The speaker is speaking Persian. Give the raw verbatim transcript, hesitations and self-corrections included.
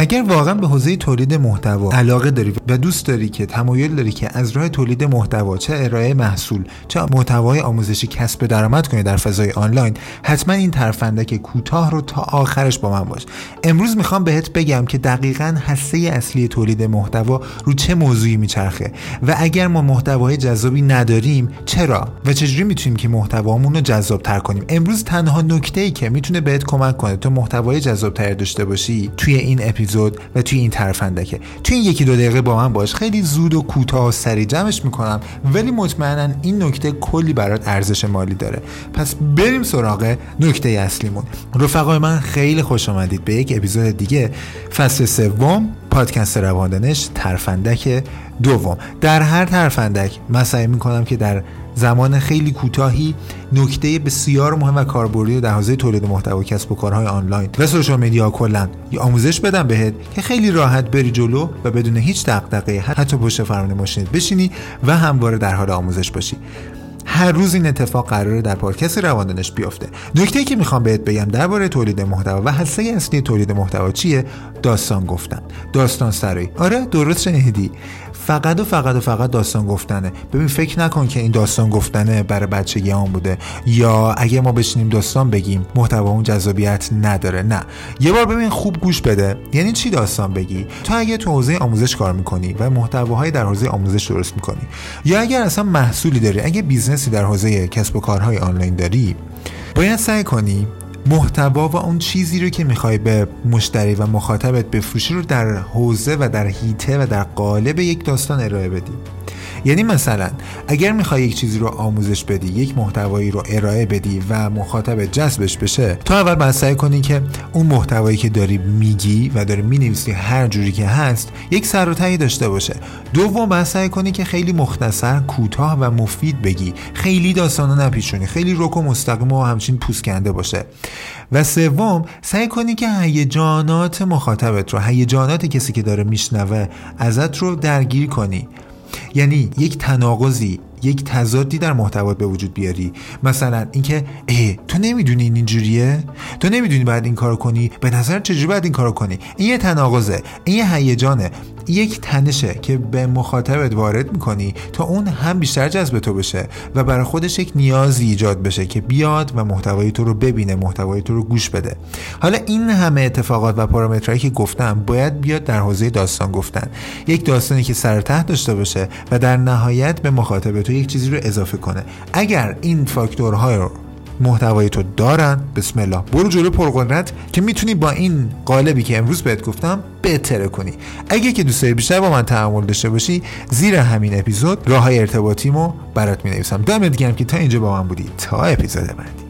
اگر واقعا به حوزه تولید محتوا علاقه داری و دوست داری که تمایل داری که از راه تولید محتوا، چه ارائه محصول چه محتوای آموزشی، کسب درآمد کنی در فضای آنلاین، حتما این ترفندک کوتاه رو تا آخرش با من باش. امروز میخوام بهت بگم که دقیقاً هسته اصلی تولید محتوا رو چه موضوعی میچرخه و اگر ما محتوای جذابی نداریم چرا و چجوری میتونیم که محتوامون رو جذاب‌تر کنیم. امروز تنها نکته‌ای که میتونه بهت کمک کنه تو محتوای جذاب‌تر داشته باشی توی این اپیزود و توی این ترفندکه. توی این یکی دو دقیقه با من باش، خیلی زود و کوتاه و سریع جمعش میکنم، ولی مطمئناً این نکته کلی برات ارزش مالی داره. پس بریم سراغ نکته اصلیمون. رفقای من خیلی خوش آمدید به یک اپیزود دیگه، فصل سوم پادکست رواندنش، ترفندک دوم. در هر ترفندک من سعی میکنم که در زمان خیلی کوتاهی نکته بسیار مهم و کاربردی در حوزه تولید محتوا، کسب و کارهای آنلاین و سوشال میدیا کلا یه آموزش بدم بهت که خیلی راحت بری جلو و بدون هیچ دغدغه‌ای حتی پشت فرمان ماشینت بشینی و همواره در حال آموزش باشی. هر روز این اتفاق قراره در پادکست رواندنش بیفته. نکته‌ای که میخوام بهت بگم درباره تولید محتوا و هسته اصلی تولید محتوا چیه؟ داستان گفتن، داستان سرایی. آره درست شنیدی، فقط و فقط و فقط داستان گفتنه. ببین فکر نکن که این داستان گفتنه برای بچگیام بوده یا اگه ما بشینیم داستان بگیم محتوامون جذابیت نداره. نه، یه بار ببین خوب گوش بده. یعنی چی داستان بگی؟ تو اگه تو حوزه آموزش کار میکنی و محتواهای در حوزه آموزش درست میکنی، یا اگر اصلا محصولی داری، اگه بیزنسی در حوزه کسب و کارهای آنلاین داری، باید سعی کنی محتوا و اون چیزی رو که میخوای به مشتری و مخاطبت بفروشی رو در حوزه و در حیطه و در قالب یک داستان ارائه بدی. یعنی مثلا اگر میخوای یک چیزی رو آموزش بدی، یک محتوایی رو ارائه بدی و مخاطب جذبش بشه، تو اول باید سعی کنی که اون محتوایی که داری میگی و داری مینویسی هر جوری که هست یک سر و تهی داشته باشه. دوم باید سعی کنی که خیلی مختصر، کوتاه و مفید بگی، خیلی داستانو نپیچونی، خیلی رک و مستقیم و همچین پوست کنده باشه. و سوم سعی کنی که هیجانات مخاطبت رو، هیجانات کسی که داره میشنوه ازت رو درگیر کنی. یعنی یک تناقضی، یک تضادی در محتوات به وجود بیاری. مثلا اینکه ای تو نمیدونی این اینجوریه، تو نمیدونی باید این کارو کنی، به نظر چجوری باید این کارو کنی. این یه تناقضه، این یه هیجانه، یک تنشه که به مخاطبت وارد میکنی تا اون هم بیشتر جذب تو بشه و برای خودش یک نیازی ایجاد بشه که بیاد و محتوای تو رو ببینه، محتوای تو رو گوش بده. حالا این همه اتفاقات و پارامترهایی که گفتم باید بیاد در حوزه داستان گفتن. یک داستانی که سر ته داشته باشه و در نهایت به مخاطب تو یک چیزی رو اضافه کنه. اگر این فاکتورها رو محتوای تو دارن، بسم الله برو جلو پرقدرت که میتونی با این قالبی که امروز بهت گفتم بهتره کنی. اگه که دوست داری بیشتر با من تعامل داشته باشی، زیر همین اپیزود راههای ارتباطیمو برات مینویسم. دمت گرم که تا اینجا با من بودی. تا اپیزود بعدی.